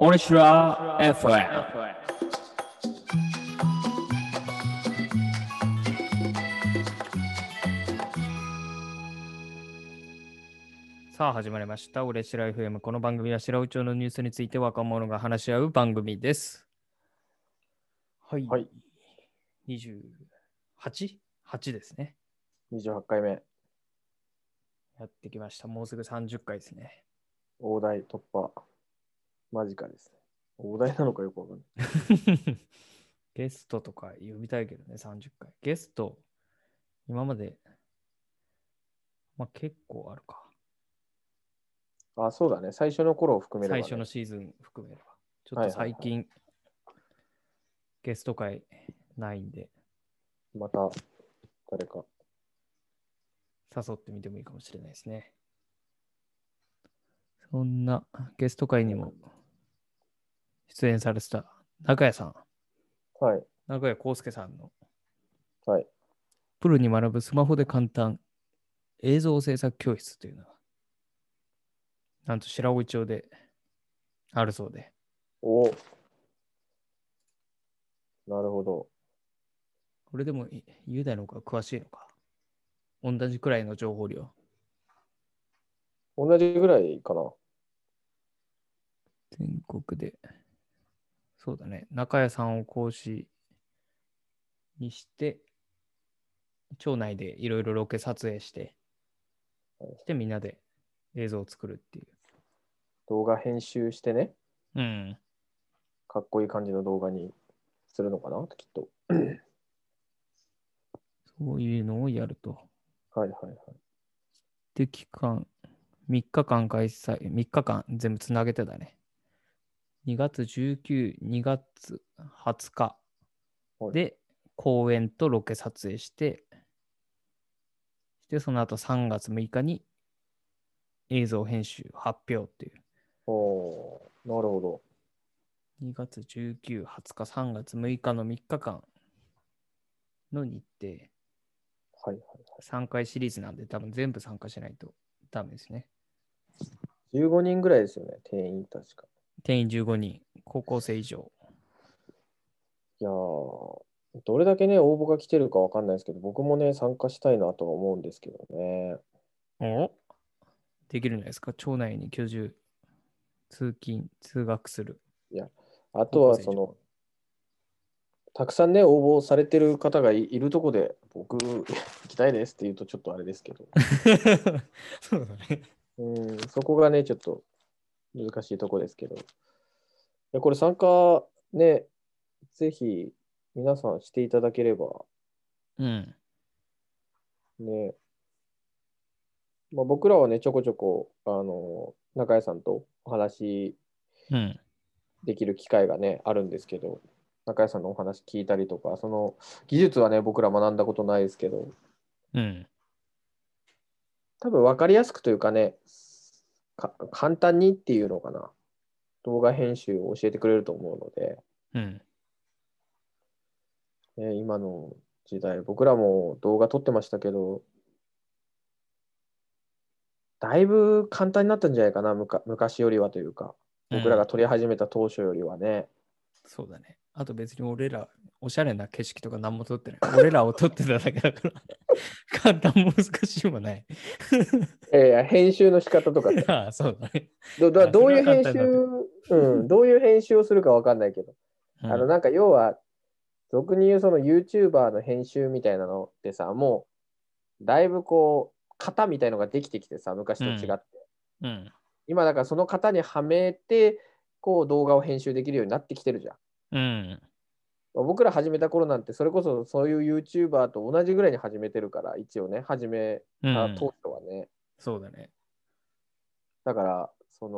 オレシュラ FM。 さあ始まりました。オレシラ FM。この番組は白内町のニュースについて若者が話し合う番組です。はい。 はい。 28?8 ですね。 28回目。 やってきました。もうすぐ30回ですね。 大台突破。間近ですね。大台なのかよくわかんない。 ゲストとか呼びたいけどね、30回。ゲスト、今まで、結構あるか。 あ、そうだね。最初の頃を含めれば、ね。 最初のシーズン含めれば。ちょっとはいはいはい最近、ゲスト会ないんで、 また誰か。 誘ってみてもいいかもしれないですね。そんなゲスト会にも出演されてた中谷さん、 はい。 中谷康介さんのはい。 プロに学ぶスマホで簡単映像制作教室というのが、なんと白老町であるそうで。 お、なるほど。 これでも雄大の方が詳しいのか。同じくらいの情報量。 同じぐらいかな。 全国で。そうだね。中谷さんを講師にして、町内でいろいろロケ撮影して、してみんなで映像を作るっていう。 動画編集してね、 うん。 かっこいい感じの動画にするのかなきっと。 そういうのをやると。 はいはいはい。 で、期間、3日間開催、3日間全部つなげてだね。2月19、2月20日はい、 で公演とロケ撮影して、その後3月6日に映像編集発表っていう。 おー、なるほど。 2月19、20日、3月6日の3日間の日程。 はいはい 3回シリーズなんで多分全部参加しないとダメですね。 15人ぐらいですよね、定員確か。 定員15人、高校生以上。 いやー、どれだけね、応募が来てるかわかんないですけど、僕もね、参加したいなとは思うんですけどね。 おできるんじゃないですか。町内に居住、通勤、通学するいや、あと高校生以上。 はたくさんね、応募されてる方がいるとこで、僕、行きたいですって言うとちょっとあれですけど、 そうだね。 そこがね、ちょっと難しいとこですけど、いや、これ参加ね、ぜひ皆さんしていただければ、 うん。 ね、まあ、僕らはね、ちょこちょこ、中谷さんとお話うん。 できる機会がね、あるんですけど、中谷さんのお話聞いたりとか、その技術はね、僕ら学んだことないですけど、 うん。 多分分かりやすくというかね、簡単にっていうのかな、動画編集を教えてくれると思うので、 うん。 今の時代、僕らも動画撮ってましたけど、だいぶ簡単になったんじゃないかな、昔よりはというか、僕らが撮り始めた当初よりはね。 そうだね。あと別に俺ら、おしゃれな景色とか何も撮ってない。俺らを撮ってただけだから、簡単も難しいもない。 編集の仕方とかさ、 ああ、そうだね。 どそれはういう編集、 簡単だって。 どういう編集をするか分かんないけど、 うん。 なんか要は、俗に言うその YouTuber の編集みたいなのってさ、もう、だいぶこう、型みたいのができてきてさ、昔と違って。 うん。 今だからその型にはめて、こう動画を編集できるようになってきてるじゃん。 うん。 僕ら始めた頃なんて、それこそそういう YouTuber と同じぐらいに始めてるから、一応ね、始めた当初はね。 そうだね。 だから、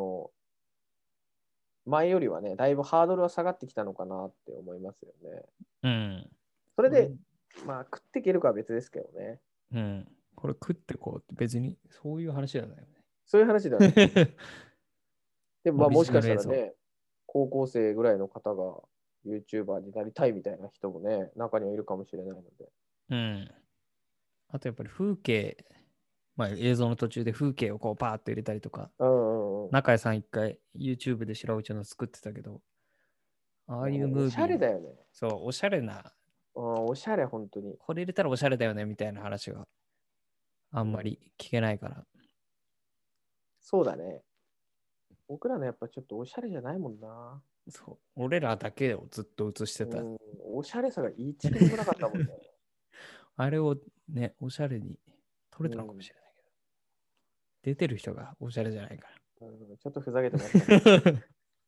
前よりはね、だいぶハードルは下がってきたのかなって思いますよね。 うん。これ、 それで、まあ、食っていけるかは別ですけどね。 うん。これ食ってこうって別にそういう話じゃないよそういう話ではない。 ね。 でも、まあ、 オリもしかしジナル映像。 たらね、高校生ぐらいの方が YouTuber になりたいみたいな人もね、中にはいるかもしれないので。 うん。あとやっぱり風景まあ、映像の途中で風景をこうパーッと入れたりとか、 うんうんうん。 中谷さん一回 YouTube で白内の作ってたけど、ああいうムービー、 おしゃれだよね。 そう、おしゃれな、 おしゃれ、本当に。 これ入れたらおしゃれだよねみたいな話があんまり聞けないから。 そうだね。僕らのやっぱちょっとおしゃれじゃないもんな。 そう、俺らだけをずっと映してた。 うん、おしゃれさが1ミリもなかったもんね。 あれをね、おしゃれに撮れたのかもしれないけど、出てる人がおしゃれじゃないかちょっとふざけてましたね。 ら。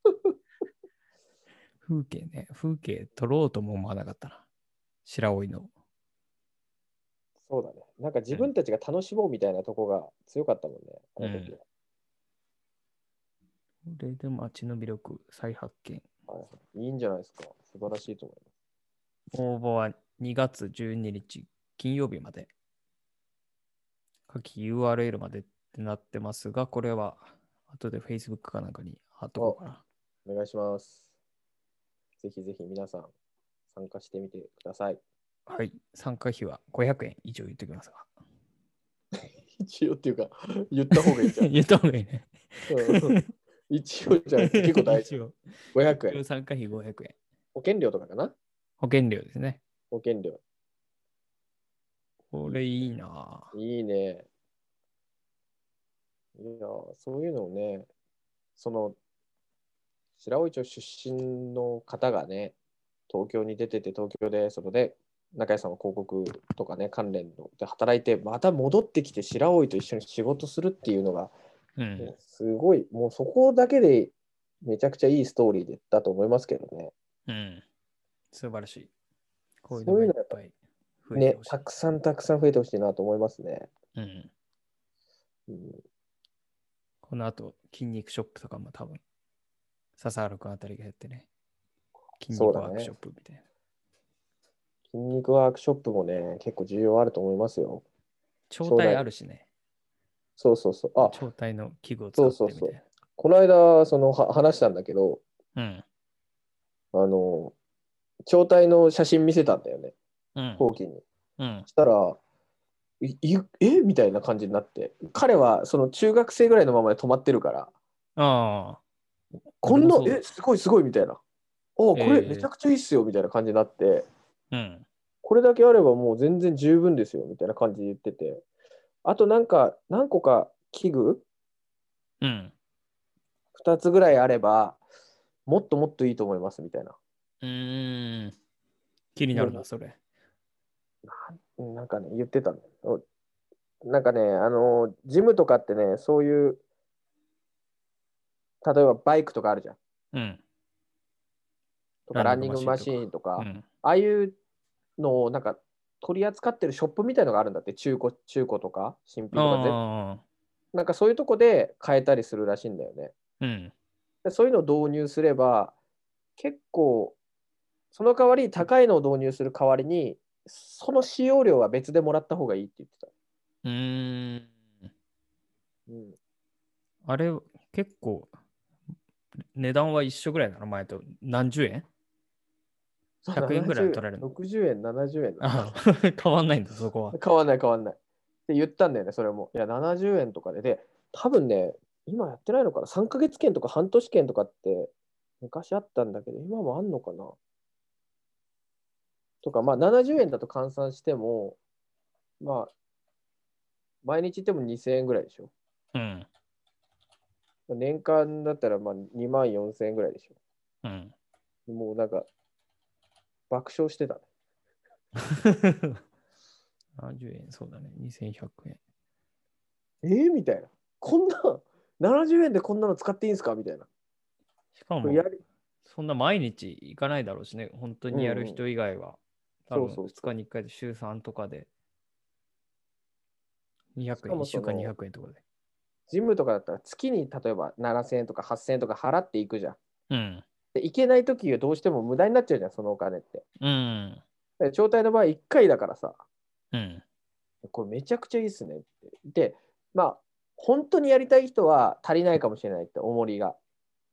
風景ね、風景撮ろうとも思わなかったな。白老の。 そうだね。なんか自分たちが楽しもうみたいなとこが強かったもんね、あの時は。 これで街の魅力再発見。 はい、いいんじゃないですか。素晴らしいと思います。 応募は2月12日金曜日まで。下記 URL までってなってますが、これは後で Facebook かなんかに貼っとこうかな。 お願いします。ぜひぜひ皆さん参加してみてください。 はい、参加費は500円以上言っておきますが。 一応っていうか、言った方がいいじゃん。 言った方がいいね。 一応じゃなくて結構大事。500円。 参加費500円。 保険料とかかな？ 保険料ですね。 保険料。 これいいなぁ。 いいね。いや、そういうのをね、白老町出身の方がね、東京に出てて、東京で、中谷さんは広告とかね、関連ので働いて、また戻ってきて白老と一緒に仕事するっていうのが、すごい、もうそこだけでめちゃくちゃいいストーリーだと思いますけどね。 素晴らしい。こういうそういうののがいっぱい増えてね、 ほしい。 たくさん増えてほしいなと思いますね。 この後、筋肉ショップとかも多分、笹原くんあたりがやってね、筋肉ワークショップみたいな。 筋肉ワークショップもね、結構重要あると思いますよ。 超体あるしね。 そうそうそう。 超体の器具を使ってみたいな。 そう。この間、話したんだけど、超体の写真見せたんだよね。後期に。したら、みたいな感じになって、彼はその中学生ぐらいのままで止まってるから、こんな、すごいみたいな。これめちゃくちゃいいっすよみたいな感じになって、これだけあればもう全然十分ですよみたいな感じで言ってて、あと何個か器具、2つぐらいあれば、もっともっといいと思いますみたいな。 気になるな、それ。 なんかね、言ってたんだよ。なんかね、ジムとかってね、そういう、例えばバイクとかあるじゃん。とかランニングマシーンとか、ああいうのをなんか取り扱ってるショップみたいのがあるんだって、中古とか新品とかなんかそういうとこで買えたりするらしいんだよね。そういうのを導入すれば、結構、その代わり高いのを導入する代わりに、その使用料は別でもらった方がいいって言ってた。 あれ、結構、値段は一緒ぐらいなの？前と何十円 ?100 円ぐらい取られるの？ 60円、70円。 変わんないんだ、そこは。 変わんない。って言ったんだよね、それも。いや、70円とかで。多分ね、今やってないのかな？ 3 ヶ月券とか半年券とかって昔あったんだけど、今もあんのかなとか、まあ70円だと換算しても、まあ、毎日行っても2000円ぐらいでしょ。年間だったらまあ2万4000円ぐらいでしょ。もうなんか、爆笑してたね。 70円、そうだね。2100円。 みたいな。こんな、70円でこんなの使っていいんですかみたいな。 しかも、そんな毎日行かないだろうしね。本当にやる人以外は。多分2日に1回で週3とかで。200円、1週間200円とかで。 ジムとかだったら月に例えば7000円とか8000円とか払っていくじゃん。で行けないときはどうしても無駄になっちゃうじゃん、そのお金って。超体の場合1回だからさ。これめちゃくちゃいいっすねって。で、まあ、本当にやりたい人は足りないかもしれないって、重りが。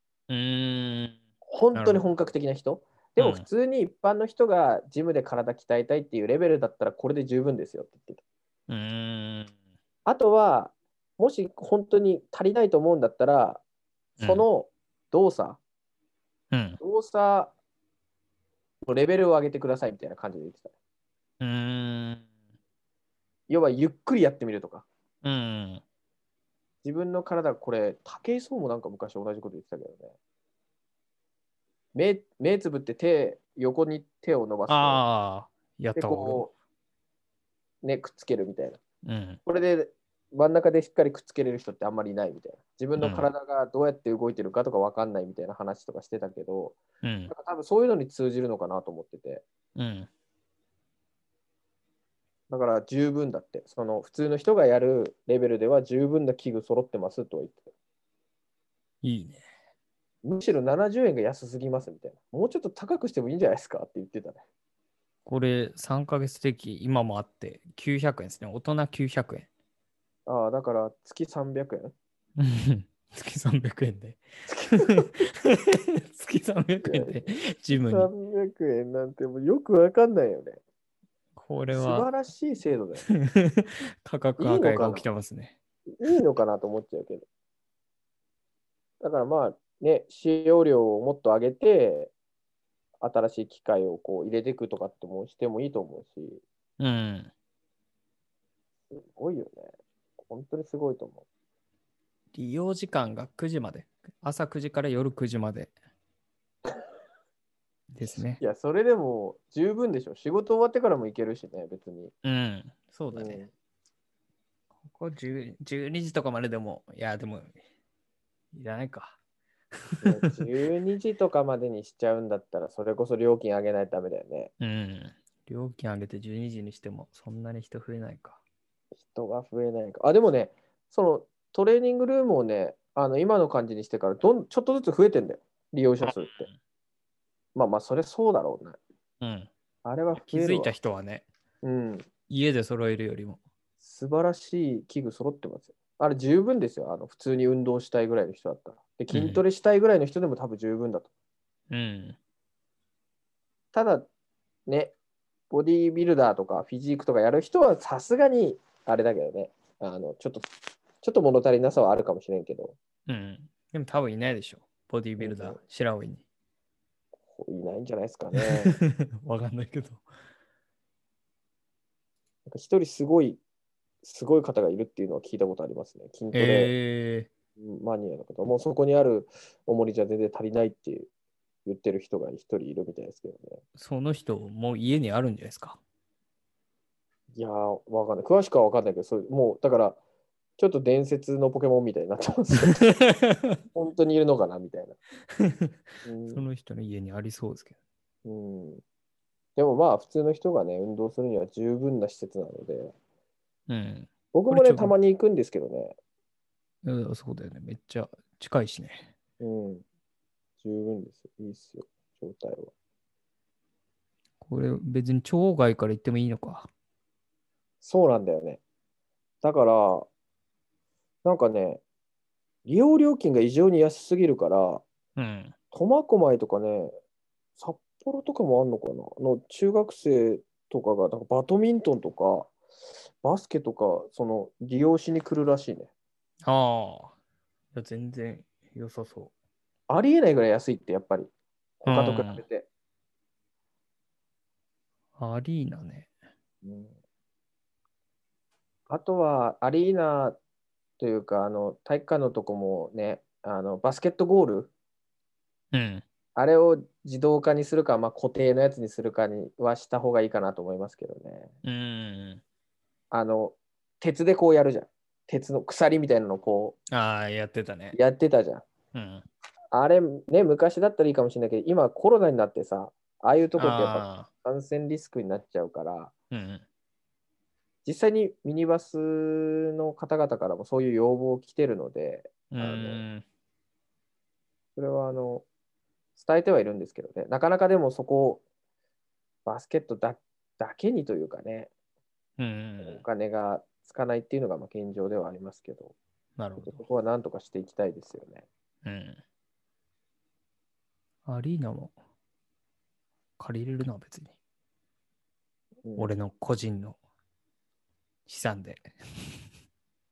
本当に本格的な人。でも普通に一般の人がジムで体鍛えたいっていうレベルだったらこれで十分ですよって言ってた。 あとは、もし本当に足りないと思うんだったら、その動作、動作のレベルを上げてくださいみたいな感じで言ってた。要は、ゆっくりやってみるとか。自分の体、これ、武井壮もなんか昔同じこと言ってたけどね。目つぶって横に手を伸ばすと。 ああ、やったで、こう、ね、くっつけるみたいな。 これで真ん中でしっかりくっつけれる人ってあんまりいないみたいな。自分の体がどうやって動いてるかとか分かんないみたいな話とかしてたけど、なんか多分そういうのに通じるのかなと思ってて。だから十分だって、その普通の人がやるレベルでは十分な器具揃ってますとは言ってた。 いいね。 むしろ70円が安すぎますみたいな。もうちょっと高くしてもいいんじゃないですかって言ってたね。 これ3ヶ月的、今もあって900円ですね。大人900円。 ああ、だから月300円月300円で。月300円でジムに。 300円なんてもうよくわかんないよね。 これは素晴らしい制度だよ。 価格破壊が起きてますね。 いいのかなと思っちゃうけど。だからまあね、使用量をもっと上げて、新しい機械をこう入れていくとかってもしてもいいと思うし、すごいよね。本当にすごいと思う。 利用時間が9時まで。朝9時から夜9時まで。ですね。 いや、それでも十分でしょ。仕事終わってからも行けるしね、別に。 そうだね。ここ12時とかまででも、いや、でも、いらないか。 12時とかまでにしちゃうんだったら、それこそ料金上げないとダメだよね。 料金上げて12時にしても、そんなに人増えないか。 人が増えないか。あ、でもね、そのトレーニングルームをね、今の感じにしてからちょっとずつ増えてんだよ。利用者数って。まあ、それそうだろうね。あれは気づいた人はね、家で揃えるよりも。 素晴らしい器具揃ってますよ。あれ十分ですよ。普通に運動したいぐらいの人だったら。で、筋トレしたいぐらいの人でも多分十分だと。ただ、ね、ボディービルダーとかフィジークとかやる人はさすがにあれだけどね。ちょっと物足りなさはあるかもしれんけど。 でも多分いないでしょ。ボディービルダー、白老に。 いないんじゃないですかね。 わかんないけど。 一人すごい方がいるっていうのは聞いたことありますね。筋トレマニアの方。もうそこにある重りじゃ全然足りないって言ってる人が一人いるみたいですけどね。 その人、もう家にあるんじゃないですか。 いやー、わかんない。詳しくはわかんないけど、もう、だから、ちょっと伝説のポケモンみたいになってますよ。本当にいるのかなみたいな。 その人の家にありそうですけど。でもまあ、普通の人がね、運動するには十分な施設なので、僕もね、たまに行くんですけどね。 そうだよね。めっちゃ近いしね。 十分ですよ。いいっすよ、状態は。 これ別に町外から行ってもいいのか。 そうなんだよね。だから、なんかね、利用料金が異常に安すぎるから、苫小牧とかね、札幌とかもあんのかな中学生とかが、なんかバドミントンとか、バスケとか、利用しに来るらしいね。 全然良さそう。ありえないぐらい安いって、やっぱり。他と比べて。 アリーナね。 あとは、アリーナというか、体育館のとこもね、バスケットゴール、あれを自動化にするか、まあ、固定のやつにするかにはした方がいいかなと思いますけどね。鉄でこうやるじゃん。鉄の鎖みたいなのをこう。やってたね。 やってたじゃん。あれね、昔だったらいいかもしれないけど、今コロナになってさ、ああいうとこってやっぱ感染リスクになっちゃうから、実際にミニバスの方々からもそういう要望来てるので、それは伝えてはいるんですけどね、なかなかでもそこをバスケットだけにというかね、お金がつかないっていうのが現状ではありますけど、 なるほど。 そこは何とかしていきたいですよね。 アリーナも借りれるな、別に。俺の個人の資産で。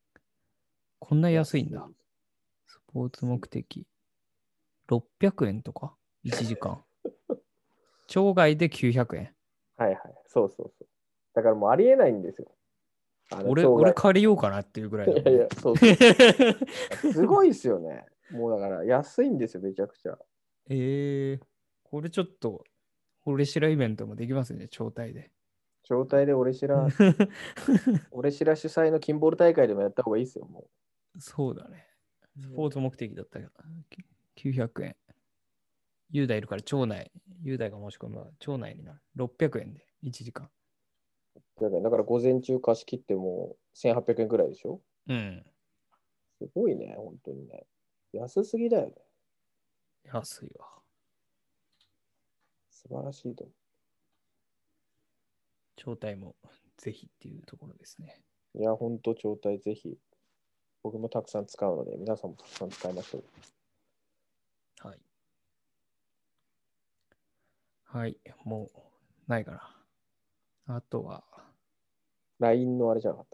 こんな安いんだ。スポーツ目的。600円とか ?1 時間。町外で900円。 はいはい。そうそうそう。だからもうありえないんですよ。 俺借りようかなっていうぐらいだもんね。 いやいや、そうそう。すごいですよね。もうだから安いんですよ、めちゃくちゃ。 これちょっと、俺白イベントもできますね、超体で。 状態で俺白主催のキンボール大会でもやった方がいいですよ、もそうだね。スポーツ目的だったけど、900円。雄大いるから町内、雄大が申し込めば町内になる。600円で1時間。 だから午前中貸し切っても1800円くらいでしょ。 うん。 すごいね、本当にね。安すぎだよね。 安いわ。 素晴らしいと思超体もぜひっていうところですね。 う。いや、本当、状態ぜひ。僕もたくさん使うので、皆さんもたくさん使いましょう。 はい。はい、もうないかな。あとは、 LINE のあれじゃなかった。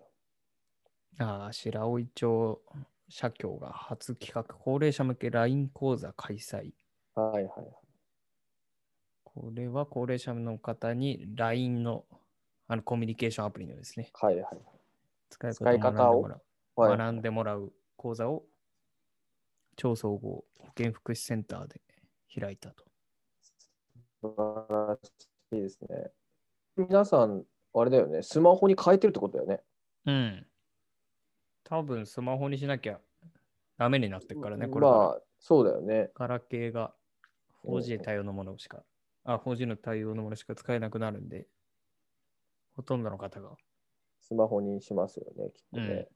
白老町社協が初企画、高齢者向け LINE 講座開催。 はいはい。 これは高齢者の方に LINE のコミュニケーションアプリのですね、 はいはい。 使い使い方を学んでもらう講座を超総合保健福祉センターで開いたと。 素晴らしいですね。皆さん、あれだよね、スマホに変えてるってことだよね。 うん。多分スマホにしなきゃダメになってるからね、これまあ、そうだよね。 ガラケーが 4G 対応のものしか、4G の対応のものしか使えなくなるんで、ほとんどの方が。 スマホにしますよね、きっとね。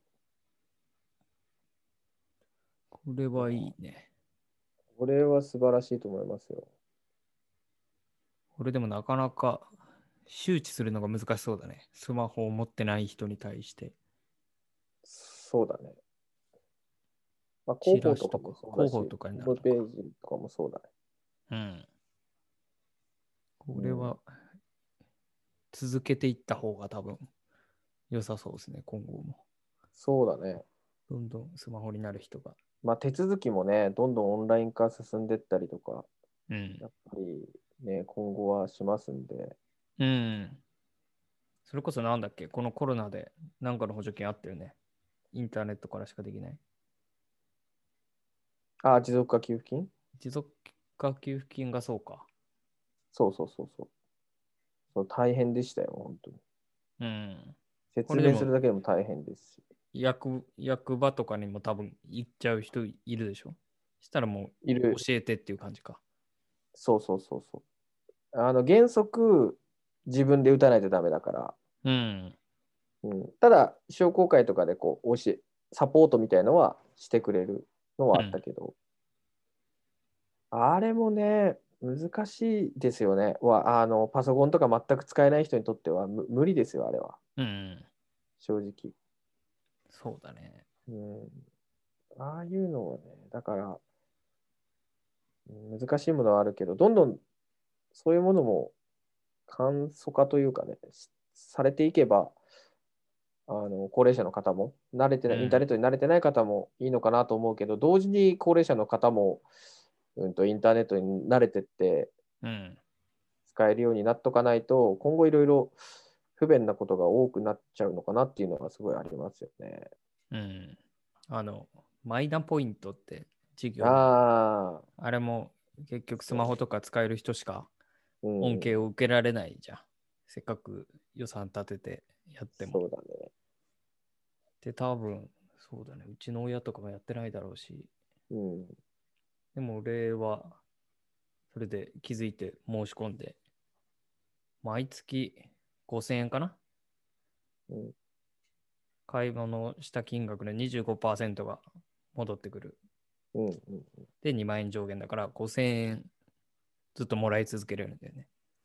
これはいいね。 これは素晴らしいと思いますよ。 これでもなかなか周知するのが難しそうだね。スマホを持ってない人に対して。 そうだね。まあ、広報とかもそうだし、 広報とかになるホームページとかもそうだね。 うん。これは続けていった方が多分良さそうですね、今後も。 そうだね。 どんどんスマホになる人が。 まあ、手続きもね、どんどんオンライン化進んでったりとか、やっぱりね、今後はしますんで。 うん。それこそなんだっけ、このコロナで何かの補助金あったよね。インターネットからしかできない。 持続化給付金持続化給付金がそうか。 そうそうそうそう。そう大変でしたよ、本当に。 うん。 説明するだけでも大変ですし。 役場とかにも多分行っちゃう人いるでしょ。したらもう教えてっていう感じか。 そうそうそうそう。原則自分で打たないとダメだから。 うん。 ただ、商工会とかでサポートみたいのはしてくれるのはあったけど、あれもね、難しいですよね。パソコンとか全く使えない人にとっては無理ですよ、あれは。正直。 そうだね。 ああいうのはね、だから、難しいものはあるけど、どんどんそういうものも簡素化というかね、されていけば、高齢者の方もインターネットに慣れてない方もいいのかなと思うけど、同時に高齢者の方も、インターネットに慣れてって、使えるようになっとかないと、今後いろいろ不便なことが多くなっちゃうのかなっていうのがすごいありますよね。 マイナポイントって事業、 あれも結局スマホとか使える人しか恩恵を受けられないじゃん。せっかく予算立ててやっても。 そうだね。 で、多分、そうだね。うちの親とかもやってないだろうし。でも俺は、それで気づいて申し込んで、毎月5000円かな、買い物した金額の 25% が戻ってくる。で、2万円上限だから5000円ずっともらい続けれるんだよね。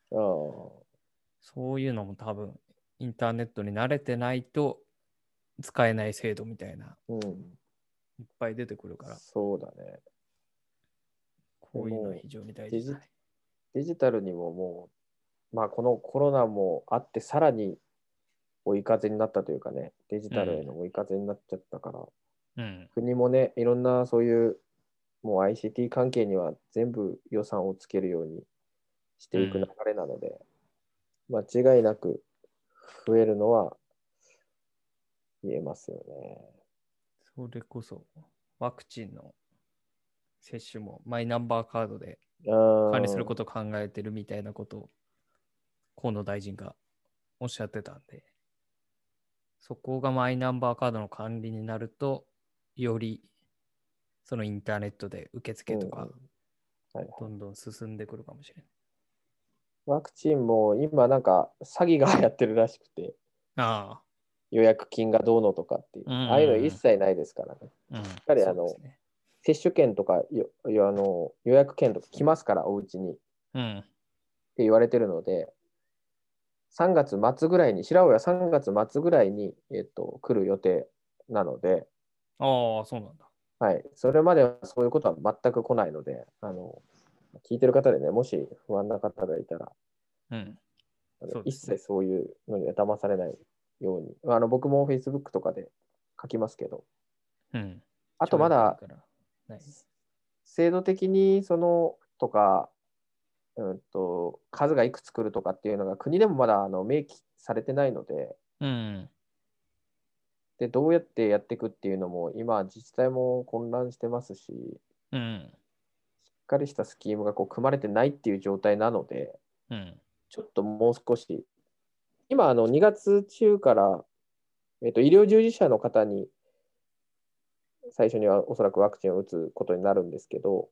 そういうのも多分、インターネットに慣れてないと使えない制度みたいな、いっぱい出てくるから。 そうだね。 こういうのは非常に大事だね。 デジタルにももう、まあこのコロナもあってさらに追い風になったというかね、デジタルへの追い風になっちゃったから、 うん。 国もね、いろんなそういうもう ICT 関係には全部予算をつけるようにしていく流れなので、間違いなく増えるのは言えますよね。 それこそ、ワクチンの接種もマイナンバーカードで管理することを考えてるみたいなことを河野大臣がおっしゃってたんで、そこがマイナンバーカードの管理になると、よりそのインターネットで受付とか、どんどん進んでくるかもしれない。 ワクチンも今なんか詐欺がやってるらしくて、予約金がどうのとかっていう、ああいうの一切ないですからね。やっぱり接種券とか予約券とか来ますから、お家に。って言われてるので、3月末ぐらいに、白尾は3月末ぐらいに、来る予定なので、 そうなんだ。 はい、それまではそういうことは全く来ないので、聞いてる方でね、もし不安な方がいたら、一切そういうのには騙されないように、僕も Facebook とかで書きますけど、あとまだ、制度的にそのとか、数がいくつ来るとかっていうのが国でもまだ明記されてないので、でどうやってやっていくっていうのも今自治体も混乱してますし、しっかりしたスキームがこう組まれてないっていう状態なので、ちょっともう少し今2月中から、医療従事者の方に最初にはおそらくワクチンを打つことになるんですけど、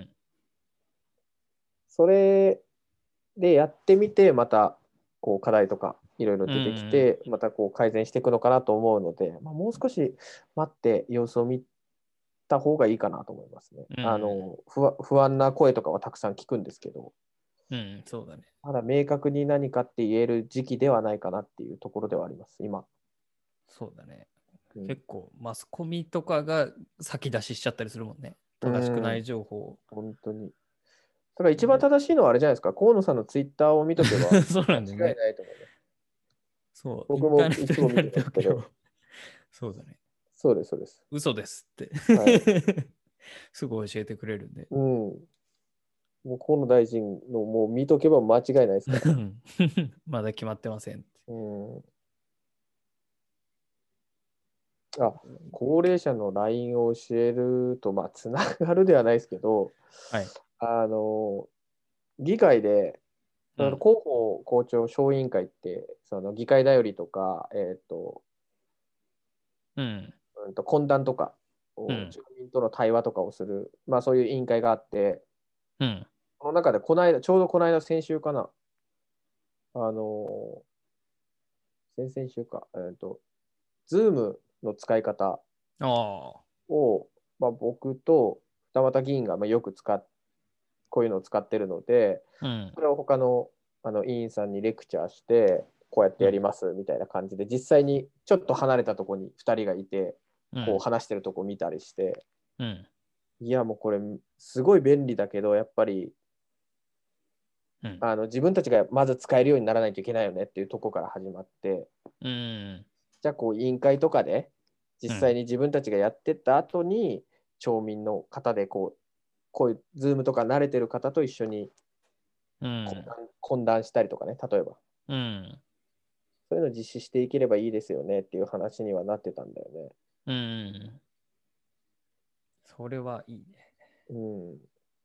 それでやってみてまたこう課題とかいろいろ出てきて、またこう改善していくのかなと思うので、もう少し待って様子を見た方がいいかなと思いますね。不安な声とかはたくさん聞くんですけど、 そうだね。 まだ明確に何かって言える時期ではないかなっていうところではあります、今。 そうだね。結構マスコミとかが先出ししちゃったりするもんね。正しくない情報を。 本当に。だから一番正しいのはあれじゃないですか、河野さんのツイッターを見とけばそうなんだよね。 間違いないと思います。 そう、 僕もいつも見てますけど。 そうだね。 そうです、そうです。 嘘ですって。すぐ教えてくれるんで。 もう河野大臣のもう見とけば間違いないですから。 まだ決まってません。 高齢者の LINE を教えると、つながるではないですけど、議会で、広報校長小委員会って、その議会だよりとか、懇談とか、住民との対話とかをする、そういう委員会があって、その中でちょうどこの間、先週かな、先々週か、Zoom の使い方を、僕と二俣議員がよくこういうのを使ってるので、それを他の委員さんにレクチャーして、こうやってやりますみたいな感じで、実際にちょっと離れたところに2人がいて、こう話してるとこ見たりして、いやもうこれすごい便利だけど、やっぱり、自分たちがまず使えるようにならないといけないよねっていうところから始まって、じゃあこう委員会とかで実際に自分たちがやってった後に、町民の方でこういうズームとか慣れてる方と一緒に懇談したりとかね、例えば、そういうのを実施していければいいですよねっていう話にはなってたんだよね。 それはいいね。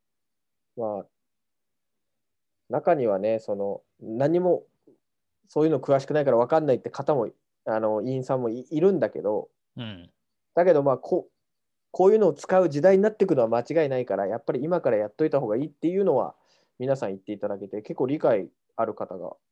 中にはね、何もそういうの詳しくないから分かんないって方も、委員さんもいるんだけど、だけどこういうのを使う時代になっていくのは間違いないから、やっぱり今からやっといた方がいいっていうのは皆さん言っていただけて、結構理解ある方が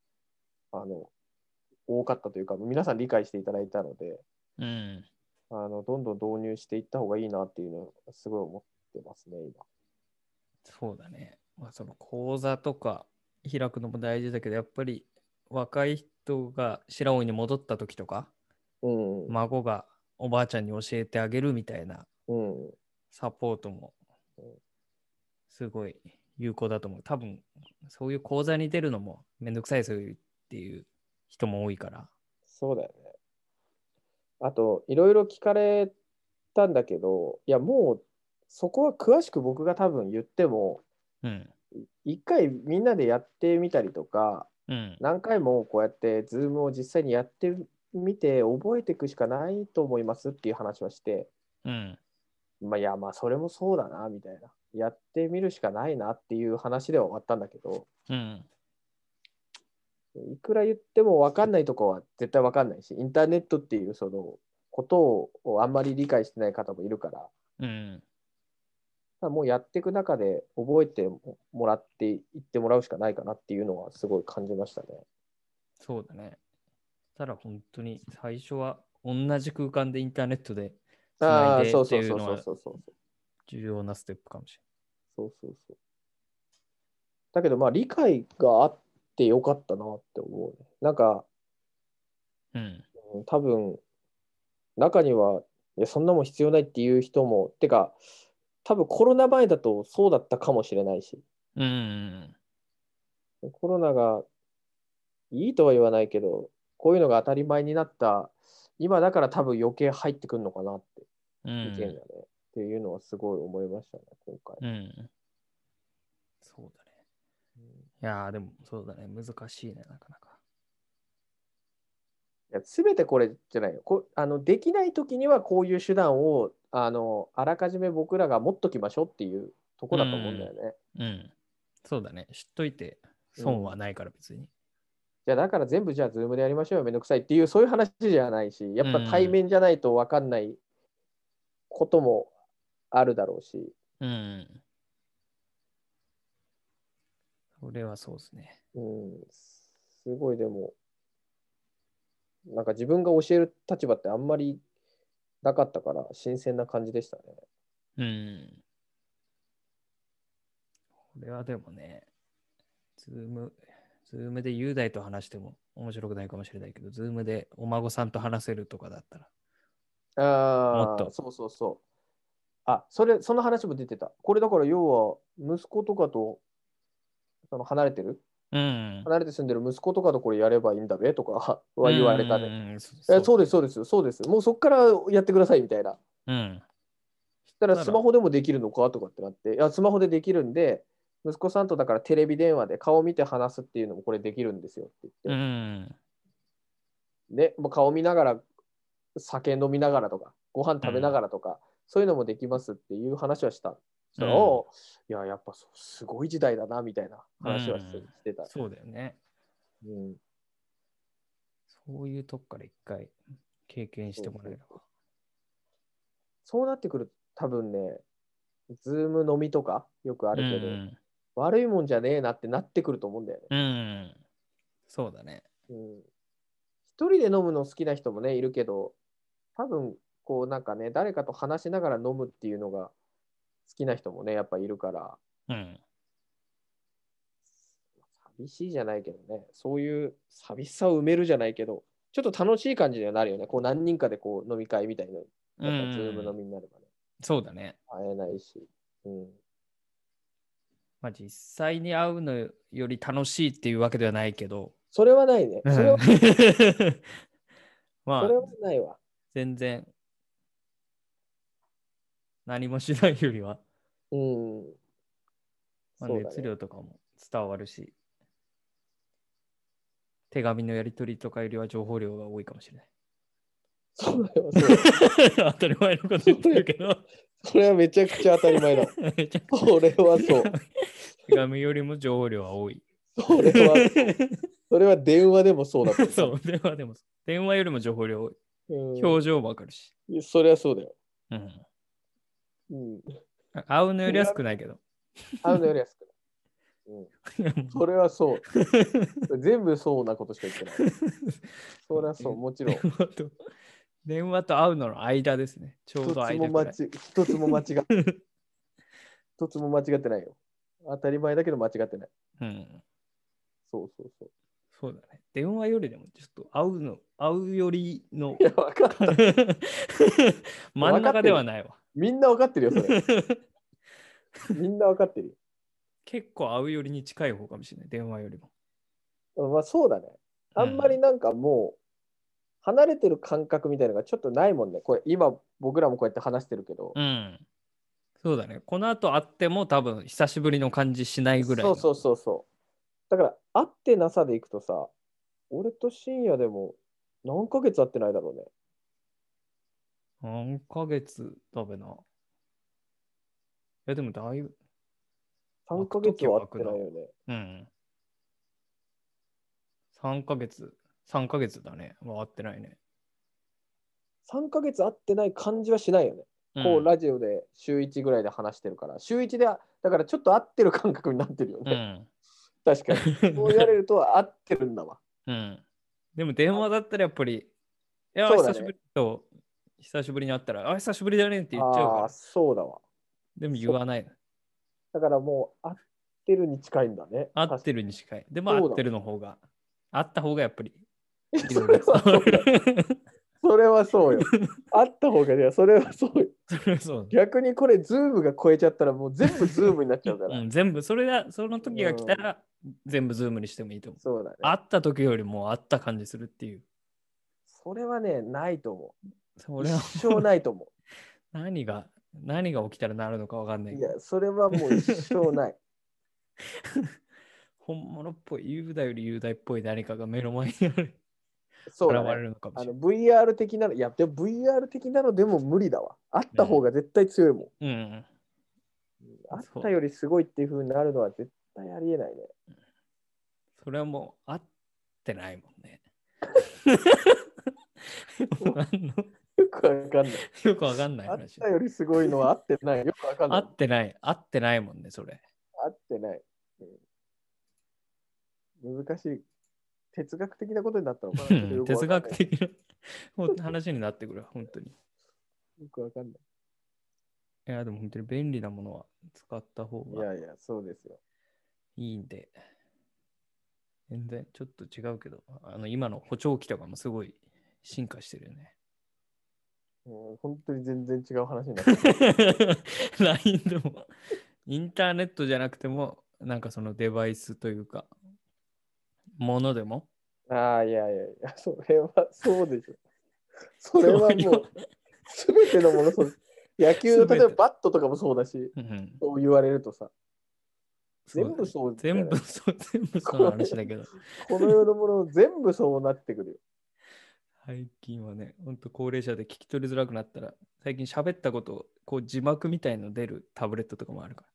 多かったというか、皆さん理解していただいたので、どんどん導入していった方がいいなっていうのをすごい思ってますね、今。 そうだね。その講座とか開くのも大事だけど、やっぱり若い人が白老に戻った時とか、孫がおばあちゃんに教えてあげるみたいなサポートもすごい有効だと思う。多分そういう講座に出るのもめんどくさいそういうっていう人も多いから。 そうだよね。あといろいろ聞かれたんだけど、いやもうそこは詳しく僕が多分言っても、一回みんなでやってみたりとか、何回もこうやってズームを実際にやってみて覚えていくしかないと思いますっていう話はして、まあいやまあそれもそうだなみたいな、やってみるしかないなっていう話では終わったんだけど、いくら言っても分かんないとこは絶対分かんないし、インターネットっていうそのことをあんまり理解してない方もいるから、もうやっていく中で覚えてもらっていってもらうしかないかなっていうのはすごい感じましたね。 そうだね。ただ本当に最初は同じ空間でインターネットでつないでっていうのは重要なステップかもしれない。 そう。だけどまあ理解があってよかったなって思うね。なんか、多分中にはいやそんなもん必要ないっていう人も、てか多分コロナ前だとそうだったかもしれないし、コロナがいいとは言わないけど、こういうのが当たり前になった今だから多分余計入ってくるのかなって意見がね、っていうのはすごい思いましたね今回。 そうだね。いやでもそうだね、難しいね、なかなか。 すべてこれじゃないよ。できないときにはこういう手段をあらかじめ僕らが持っときましょうっていうとこだと思うんだよね。 そうだね。知っといて損はないから別に。 じゃあだから全部じゃあズームでやりましょうよ、めんどくさいっていうそういう話じゃないし、やっぱ対面じゃないと分かんないこともあるだろうし。 それはそうですね。 すごいでも、なんか自分が教える立場ってあんまりなかったから新鮮な感じでしたね。 これはでもね、ズームで雄大と話しても面白くないかもしれないけど、ズームでお孫さんと話せるとかだったら。もっと。 そう。その話も出てた。これだから要は息子とかと離れてる、離れて住んでる息子とかとこれやればいいんだべとかは言われたね。そうです。もうそこからやってくださいみたいな。そしたらスマホでもできるのかとかってなって、いや、スマホでできるんで、息子さんとだからテレビ電話で顔見て話すっていうのもこれできるんですよって言って。ね、もう顔見ながら、酒飲みながらとか、ご飯食べながらとか、そういうのもできますっていう話はした。そしたら、いや、やっぱすごい時代だなみたいな話はしてた。 そうだよね。そういうとこから一回経験してもらえれば。 そうなってくると多分ね、ズーム飲みとかよくあるけど、悪いもんじゃねえなってなってくると思うんだよね。 そうだね。 一人で飲むの好きな人もね、いるけど、多分、こうなんかね、誰かと話しながら飲むっていうのが好きな人もね、やっぱいるから、寂しいじゃないけどね、そういう寂しさを埋めるじゃないけど、ちょっと楽しい感じにはなるよね。こう何人かでこう飲み会みたいな、やっぱズーム飲みになればね。 そうだね。 会えないし。 まあ実際に会うのより楽しいっていうわけではないけど。 それはないね。それはまあ、 それはないわ。 全然何もしないよりは。まあ、熱量とかも伝わるし、手紙のやり取りとかよりは情報量が多いかもしれない。 そうだよ。 当たり前のこと言ってるけど。 それはめちゃくちゃ当たり前だ。それはそう。 手紙よりも情報量は多い。 それは電話でもそうだと。 そう、電話よりも情報量多い。表情もわかるし。 それはそうだよ。 会うのよりは少ないけど。 会うのよりは少ない。それはそう。全部そうなことしか言ってない。それはそう、もちろん。 電話と会うのの間ですね。ちょうど間くらい。 一つも間違ってないよ。当たり前だけど間違ってない。そう。 そうだね。電話よりでもちょっと会うよりの。 いや、分かった。 真ん中ではないわ。 みんな分かってるよ、それ。みんな分かってるよ。 結構会うよりに近い方かもしれない、電話よりも。 まあそうだね。あんまりなんかも離れてる感覚みたいなのがちょっとないもんね。これ今僕らもこうやって話してるけど。 うん。そうだね。この後会っても多分久しぶりの感じしないぐらいの。 そうそうそうそう。だから会ってなさでいくとさ、俺と深夜でも何ヶ月会ってないだろうね。 何ヶ月だべな。いやでもだいぶ。 3ヶ月は会ってないよね。 うん。3ヶ月だね。会ってないね。 3ヶ月会ってない感じはしないよね。こうラジオで週1ぐらいで話してるから、週1で、だからちょっと会ってる感覚になってるよね。確かに。そう言われると合ってるんだわ。 うん。でも電話だったらやっぱり、いや、久しぶりと、久しぶりに会ったら、久しぶりだねって言っちゃうから。 そうだわ。 でも言わない。 だからもう合ってるに近いんだね。 合ってるに近い。でも合ってるの方が、合った方がやっぱり。 それはそうよ。あった方がね、それはそうよ。逆にこれ、ズームが超えちゃったら、もう全部ズームになっちゃうから。 全部、その時が来たら、全部ズームにしてもいいと思う。 そうだね。 会った時よりも会った感じするっていう。 それはね、ないと思う。 それは一生ないと思う。 何が起きたらなるのかわかんないけど。いや、それはもう一生ない。 本物っぽい、雄大より雄大っぽい何かが目の前にある。 そうだね、現れるのかもしれない。VR 的なの、いや、でも VR 的なのでも無理だわ。あった方が絶対強いもん。あったよりすごいっていう風になるのは絶対ありえないね。 それはもう、合ってないもんね。 よくわかんない。 よくわかんない。 あったよりすごいのは合ってない。よくわかんない。 合ってないもんね、それ。 合ってない。難しい。哲学的なことになったのかな。 哲学的な話になってくる、本当に。 よくわかんない。 いや、でも本当に便利なものは使った方が。 いや、そうですよ。 いいんで。全然ちょっと違うけど、今の補聴器とかもすごい進化してるよね。 本当に全然違う話になってる。 LINE でも、インターネットじゃなくても、なんかそのデバイスというか、ものでも。 いや、それはそうでしょ。それはもう、すべてのものそう。野球の例えばバットとかもそうだし、そう言われるとさ。全部そう。 全部その話だけど。 この世のもの全部そうなってくるよ。 最近はね、ほんと高齢者で聞き取りづらくなったら、最近喋ったことをこう字幕みたいの出るタブレットとかもあるから。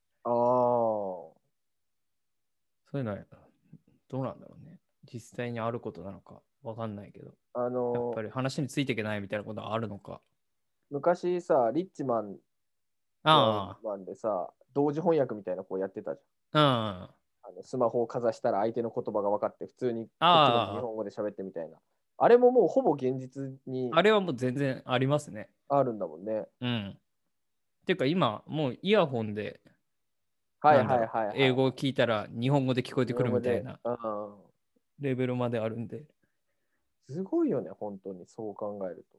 そういうのはどうなんだろうね。実際にあることなのかわかんないけど。やっぱり話についていけないみたいなことはあるのか。 昔さ、リッチマンでさ、同時翻訳みたいなこうやってたじゃん。スマホをかざしたら相手の言葉が分かって普通にこっちの日本語で喋ってみたいな。あれももうほぼ現実に。 あれはもう全然ありますね。 あるんだもんね。 っていうか今もうイヤホンで英語を聞いたら日本語で聞こえてくるみたいなレベルまであるんで。 すごいよね、本当にそう考えると。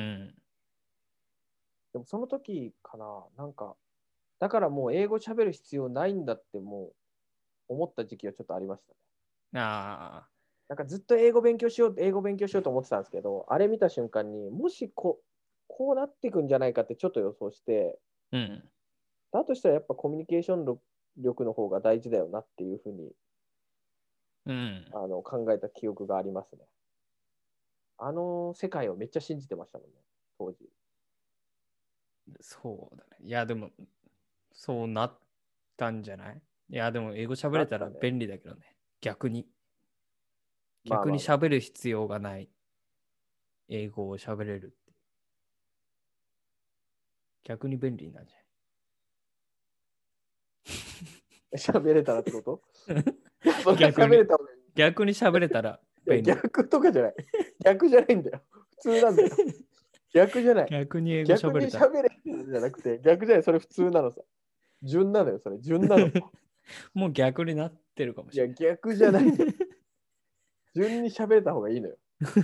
でもその時かな、なんか、だからもう英語喋る必要ないんだってもう思った時期はちょっとありましたね。なんかずっと英語勉強しようと思ってたんですけど、あれ見た瞬間にもしこうなっていくんじゃないかってちょっと予想して、だとしたらやっぱコミュニケーション力の方が大事だよなっていうふうに、考えた記憶がありますね。あの世界をめっちゃ信じてましたもんね、当時。 そうだね。いや、でも、そうなったんじゃない？いや、でも英語喋れたら便利だけどね。逆に喋る必要がない英語を喋れるって。逆に便利なんじゃない喋れたらってこと逆に喋れたら便利。 逆とかじゃない。逆じゃないんだよ。普通なんだよ。逆じゃない。 逆に英語喋れたら。 逆に喋れるじゃなくて、逆じゃない。それ普通なのさ。順なのよ、それ。順なの。 もう逆になってるかもしれない。 いや、逆じゃないんだよ。順に喋れた方がいいのよ。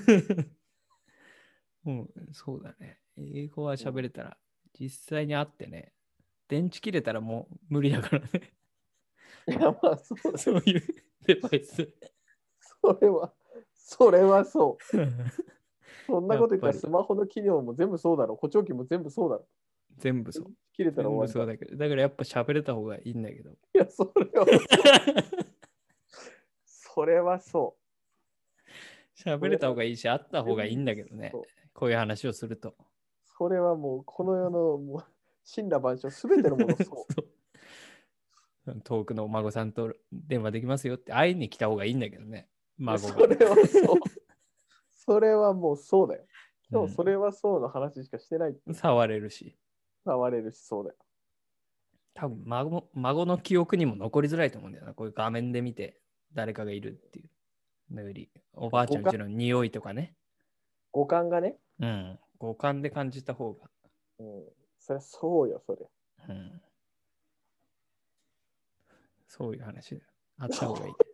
もう、そうだね。英語は喋れたら、実際に会ってね、電池切れたらもう無理だからね。 いや、まあそういうデバイス。 それはそう。 そんなこと言ったらやっぱりスマホの機能も全部そうだろ。補聴器も全部そうだろ。 全部そう。 切れたら全部終わりだ。 そうだけど、だからやっぱ喋れた方がいいんだけど。 いや、それはそれはそ喋れた方がいいし、あったう。 方がいいんだけどねそう。 こういう話をすると。 それはもう、この世のもう神羅万象、すべてのものそう。 そう遠くのお孫さんと電話できますよって会いに来た方がいいんだけどね。孫そが。 れはそう。それはもうそうだよ。でもそれはそうの話しかしてないって。 触れるし。 触れるし、そうだよ。 多分孫の記憶にも残りづらいと思うんだよな。こういう画面で見て誰かがいるっていうのより、おばあちゃんちの匂いとかね。 五感がね。 うん。五感で感じた方が。 うん。そりゃそうよ、それ。 うん。そういう話だよ。あった方がいい。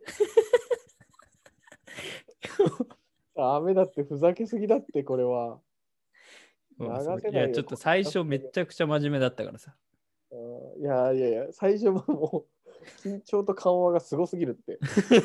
ダメだって、ふざけすぎだって、これは。流せないよ。 いや、ちょっと最初めちゃくちゃ真面目だったからさ。 いやいやいや、最初はもう緊張と緩和がすごすぎるって。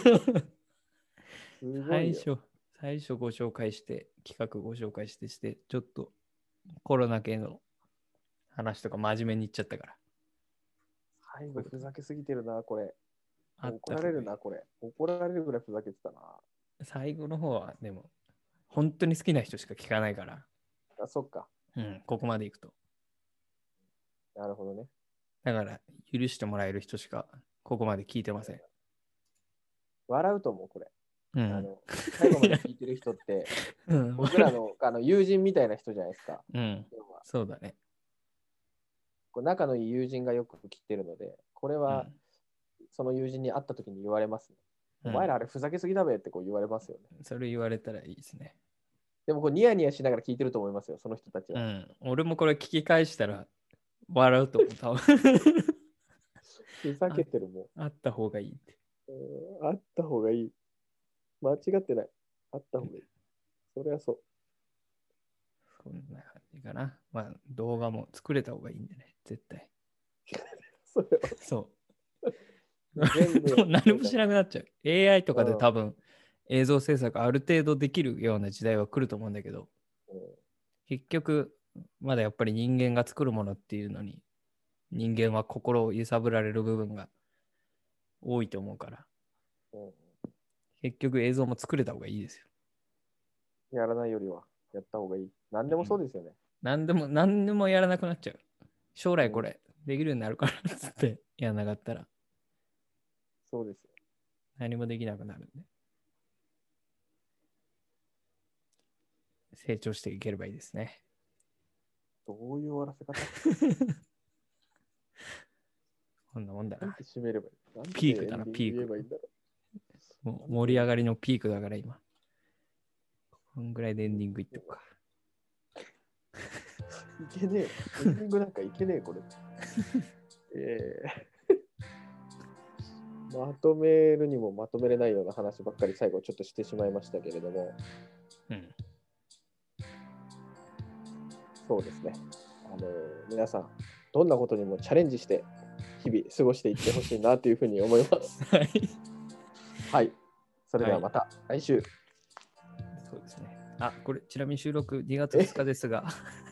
すごいよ。 最初ご紹介して、企画ご紹介して、ちょっとコロナ系の話とか真面目に言っちゃったから。 最後ふざけすぎてるな、これ。 怒怒られるな、これ。怒られるぐらいふざけてたな。 最後の方は、でも、本当に好きな人しか聞かないから。 あ、そっか。 うん、ここまで行くと。 なるほどね。 だから、許してもらえる人しかここまで聞いてません。 笑うと思う、これ。 うん、 最後まで聞いてる人って、僕らの友人みたいな人じゃないですか。 うん、そうだね。 こう仲のいい友人がよく聞いてるので、これはその友人に会った時に言われますね。お前らあれふざけすぎだべってこう言われますよね。 それ言われたらいいですね。 でもこうニヤニヤしながら聞いてると思いますよ、その人たちは。 俺もこれ聞き返したら笑うと思う。多分ふざけてるもん。 あった方がいいって。 あった方がいい。間違ってない。あった方がいい。それはそう。 そんな感じかな。まあ動画も作れた方がいいんでね、絶対。 それはそう。 全部何もしなくなっちゃう。AI とかで多分映像制作ある程度できるような時代は来ると思うんだけど、結局まだやっぱり人間が作るものっていうのに人間は心を揺さぶられる部分が多いと思うから、結局映像も作れた方がいいですよ。 やらないよりはやった方がいい。何でもそうですよね。 何でもやらなくなっちゃう。将来これできるようになるからっつってやらなかったらそうですよ。 何もできなくなるんで。成長していければいいですね。 どういう終わらせ方こんなもんだな。 締めればいい。 ピークだな、ピーク。もう盛り上がりのピークだから今。こんぐらいでエンディングいっとくか。 いけねえ。エンディングなんかいけねえ、これ。まとめるにもまとめれないような話ばっかり最後ちょっとしてしまいましたけれども。そうですね。皆さん、どんなことにもチャレンジして日々過ごしていってほしいなというふうに思います。 はい。 はい。それではまた来週。 そうですね。あ、これちなみに収録2月2日ですが、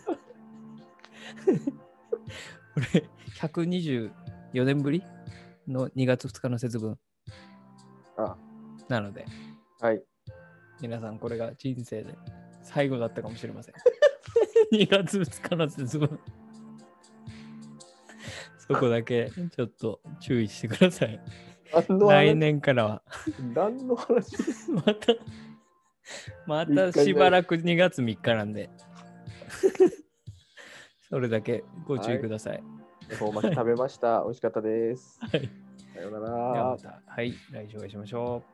これ124年ぶりの2月2日の節分なので、 はい。 皆さんこれが人生で最後だったかもしれません。2月2日の節分。そこだけちょっと注意してください。来年からは何の話またしばらく2月3日なんでそれだけご注意ください。 恵方巻き食べました。美味しかったです。 はい。 さようなら。 ではまた、はい、来週お会いしましょう。